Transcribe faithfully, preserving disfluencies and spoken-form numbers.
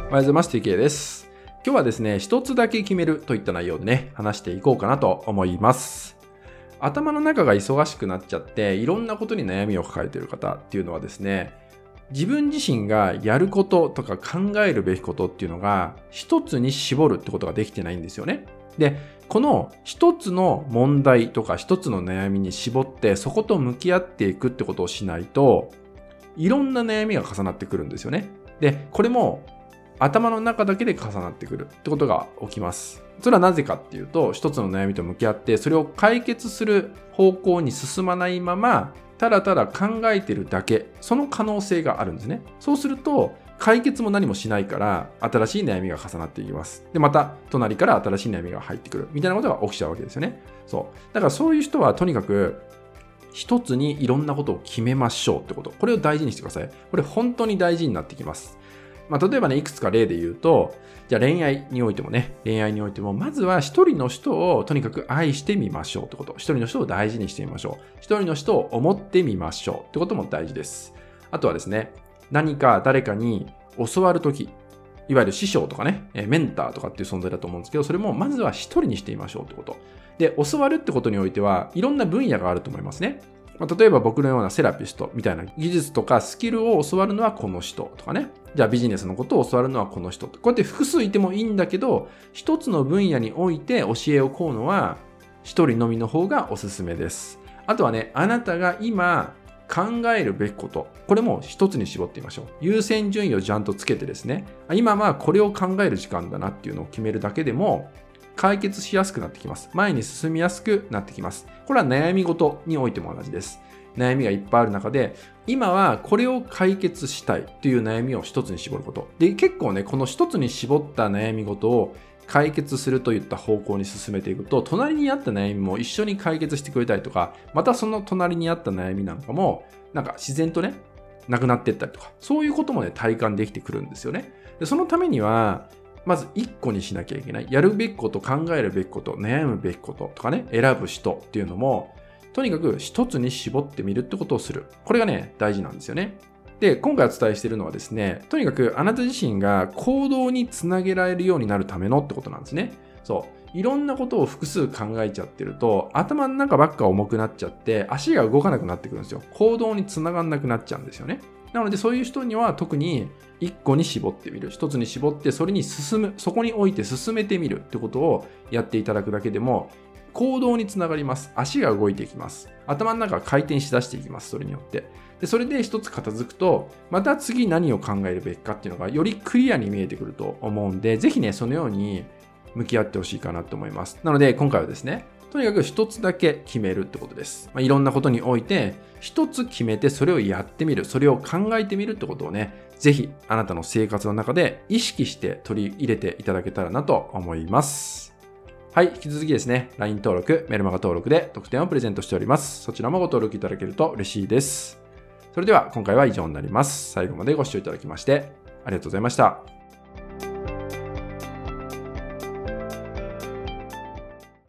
おはようございます。ティーケー です。今日はですね、一つだけ決めるといった内容でね、話していこうかなと思います。頭の中が忙しくなっちゃって、いろんなことに悩みを抱えている方っていうのはですね、自分自身がやることとか考えるべきことっていうのが一つに絞るってことができてないんですよね。で、この一つの問題とか一つの悩みに絞ってそこと向き合っていくってことをしないと、いろんな悩みが重なってくるんですよね。で、これも頭の中だけで重なってくるってことが起きます。それはなぜかっていうと、一つの悩みと向き合ってそれを解決する方向に進まないまま、ただただ考えてるだけ、その可能性があるんですね。そうすると解決も何もしないから新しい悩みが重なっていきます。で、また隣から新しい悩みが入ってくるみたいなことが起きちゃうわけですよね。そう。だからそういう人はとにかく一つにいろんなことを決めましょうってこと。これを大事にしてください。これ本当に大事になってきます。まあ、例えばね、いくつか例で言うと、じゃあ恋愛においてもね、恋愛においても、まずは一人の人をとにかく愛してみましょうってこと。一人の人を大事にしてみましょう。一人の人を思ってみましょうってことも大事です。あとはですね、何か誰かに教わるとき、いわゆる師匠とかね、メンターとかっていう存在だと思うんですけど、それもまずは一人にしてみましょうってこと。で、教わるってことにおいては、いろんな分野があると思いますね。まあ、例えば僕のようなセラピストみたいな技術とかスキルを教わるのはこの人とかね。じゃあビジネスのことを教わるのはこの人と。こうやって複数いてもいいんだけど、一つの分野において教えを請うのは一人のみの方がおすすめです。あとはね、あなたが今考えるべきこと。これも一つに絞ってみましょう。優先順位をちゃんとつけてですね。今はこれを考える時間だなっていうのを決めるだけでも、解決しやすくなってきます。前に進みやすくなってきます。これは悩み事においても同じです。悩みがいっぱいある中で、今はこれを解決したいという悩みを一つに絞ること。で、結構ね、この一つに絞った悩み事を解決するといった方向に進めていくと、隣にあった悩みも一緒に解決してくれたりとか、またその隣にあった悩みなんかも、なんか自然とね、なくなっていったりとか、そういうこともね、体感できてくるんですよね。で、そのためには、まず一個にしなきゃいけない。やるべきこと、考えるべきこと、悩むべきこととかね、選ぶ人っていうのも、とにかく一つに絞ってみるってことをする。これがね、大事なんですよね。で、今回お伝えしているのはですね、とにかくあなた自身が行動につなげられるようになるためのってことなんですね。そう。いろんなことを複数考えちゃってると、頭の中ばっか重くなっちゃって、足が動かなくなってくるんですよ。行動につながんなくなっちゃうんですよね。なのでそういう人には特に一個に絞ってみる。一つに絞ってそれに進む。そこにおいて進めてみるってことをやっていただくだけでも行動につながります。足が動いていきます。頭の中が回転しだしていきます。それによって。で、それで一つ片付くと、また次何を考えるべきかっていうのがよりクリアに見えてくると思うんで、ぜひね、そのように向き合ってほしいかなと思います。なので今回はですね、とにかく一つだけ決めるってことです。まあ、いろんなことにおいて一つ決めてそれをやってみる、それを考えてみるってことをね、ぜひあなたの生活の中で意識して取り入れていただけたらなと思います。はい、引き続きですね、ライン 登録、メルマガ登録で特典をプレゼントしております。そちらもご登録いただけると嬉しいです。それでは今回は以上になります。最後までご視聴いただきましてありがとうございました。